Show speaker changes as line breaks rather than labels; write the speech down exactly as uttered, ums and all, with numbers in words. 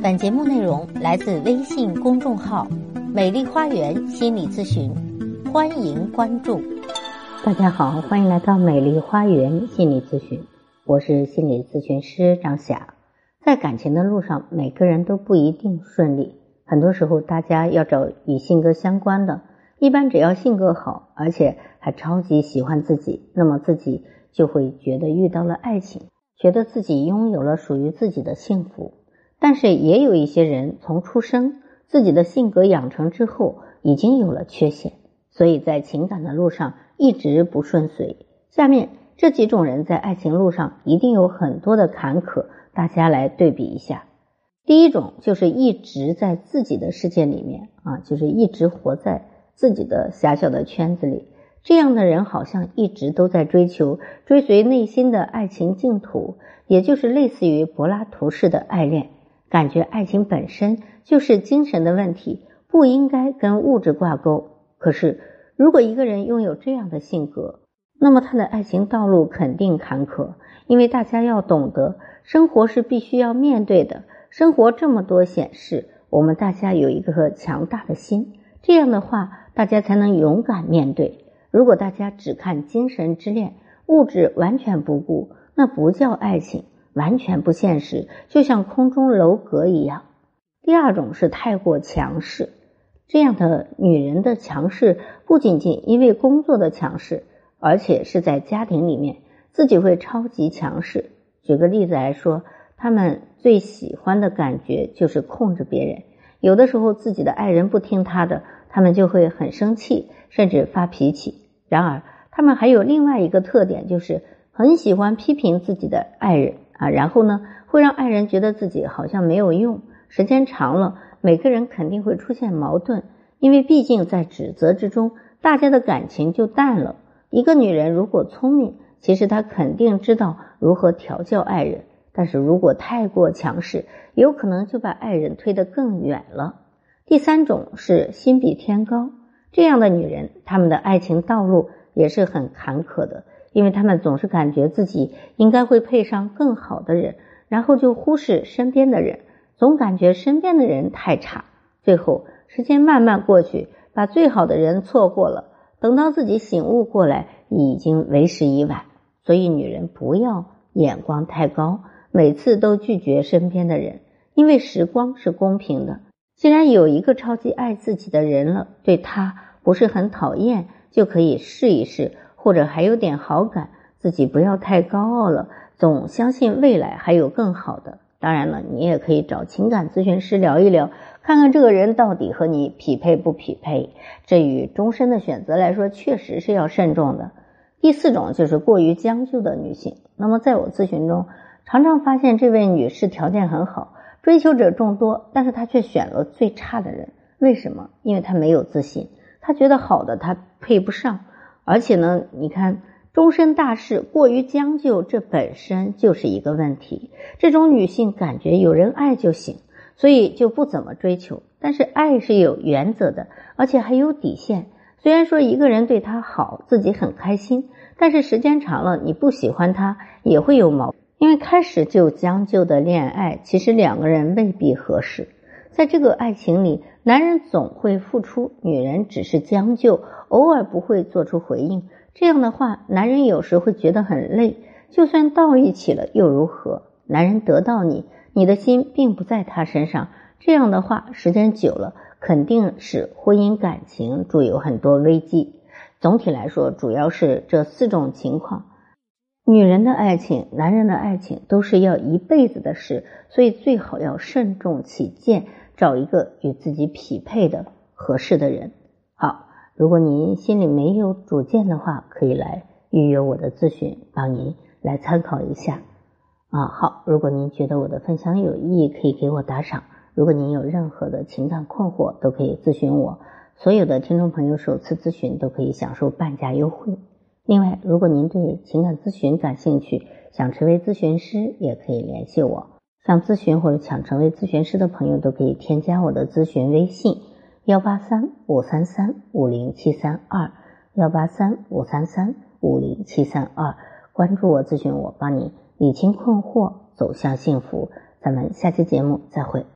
本节目内容来自微信公众号美丽花园心理咨询，欢迎关注。
大家好，欢迎来到美丽花园心理咨询，我是心理咨询师张霞。在感情的路上，每个人都不一定顺利，很多时候大家要找与性格相关的，一般只要性格好，而且还超级喜欢自己，那么自己就会觉得遇到了爱情，觉得自己拥有了属于自己的幸福。但是也有一些人从出生自己的性格养成之后已经有了缺陷，所以在情感的路上一直不顺遂。下面这几种人在爱情路上一定有很多的坎坷，大家来对比一下。第一种就是一直在自己的世界里面啊，就是一直活在自己的狭小的圈子里，这样的人好像一直都在追求追随内心的爱情净土，也就是类似于柏拉图式的爱恋，感觉爱情本身就是精神的问题，不应该跟物质挂钩。可是如果一个人拥有这样的性格，那么他的爱情道路肯定坎坷，因为大家要懂得生活是必须要面对的，生活这么多险事，我们大家有一个强大的心，这样的话大家才能勇敢面对。如果大家只看精神之恋，物质完全不顾，那不叫爱情，完全不现实，就像空中楼阁一样。第二种是太过强势，这样的女人的强势不仅仅因为工作的强势，而且是在家庭里面自己会超级强势。举个例子来说，她们最喜欢的感觉就是控制别人，有的时候自己的爱人不听她的，她们就会很生气，甚至发脾气。然而她们还有另外一个特点，就是很喜欢批评自己的爱人啊，然后呢会让爱人觉得自己好像没有用，时间长了每个人肯定会出现矛盾，因为毕竟在指责之中大家的感情就淡了。一个女人如果聪明，其实她肯定知道如何调教爱人，但是如果太过强势，有可能就把爱人推得更远了。第三种是心比天高，这样的女人她们的爱情道路也是很坎坷的，因为她们总是感觉自己应该会配上更好的人，然后就忽视身边的人，总感觉身边的人太差，最后时间慢慢过去，把最好的人错过了，等到自己醒悟过来已经为时已晚。所以女人不要眼光太高，每次都拒绝身边的人，因为时光是公平的，既然有一个超级爱自己的人了，对他不是很讨厌，就可以试一试，或者还有点好感，自己不要太高傲了，总相信未来还有更好的。当然了，你也可以找情感咨询师聊一聊，看看这个人到底和你匹配不匹配，这与终身的选择来说确实是要慎重的。第四种就是过于将就的女性，那么在我咨询中常常发现这位女士条件很好，追求者众多，但是她却选了最差的人。为什么？因为她没有自信，她觉得好的她配不上，而且呢，你看终身大事过于将就，这本身就是一个问题。这种女性感觉有人爱就行，所以就不怎么追求，但是爱是有原则的，而且还有底线。虽然说一个人对她好，自己很开心，但是时间长了你不喜欢他也会有矛盾，因为开始就将就的恋爱，其实两个人未必合适。在这个爱情里，男人总会付出，女人只是将就，偶尔不会做出回应，这样的话男人有时会觉得很累，就算到一起了又如何？男人得到你，你的心并不在他身上，这样的话时间久了肯定是婚姻感情注有很多危机。总体来说主要是这四种情况，女人的爱情男人的爱情都是要一辈子的事，所以最好要慎重起见，找一个与自己匹配的合适的人。好，如果您心里没有主见的话，可以来预约我的咨询，帮您来参考一下啊。好，如果您觉得我的分享有意义，可以给我打赏，如果您有任何的情感困惑都可以咨询我，所有的听众朋友首次咨询都可以享受半价优惠。另外，如果您对情感咨询感兴趣，想成为咨询师也可以联系我。想咨询或者想成为咨询师的朋友都可以添加我的咨询微信一八三五三三五零七三二 一八三五三三五零七三二，关注我咨询我，帮你理清困惑，走向幸福。咱们下期节目再会。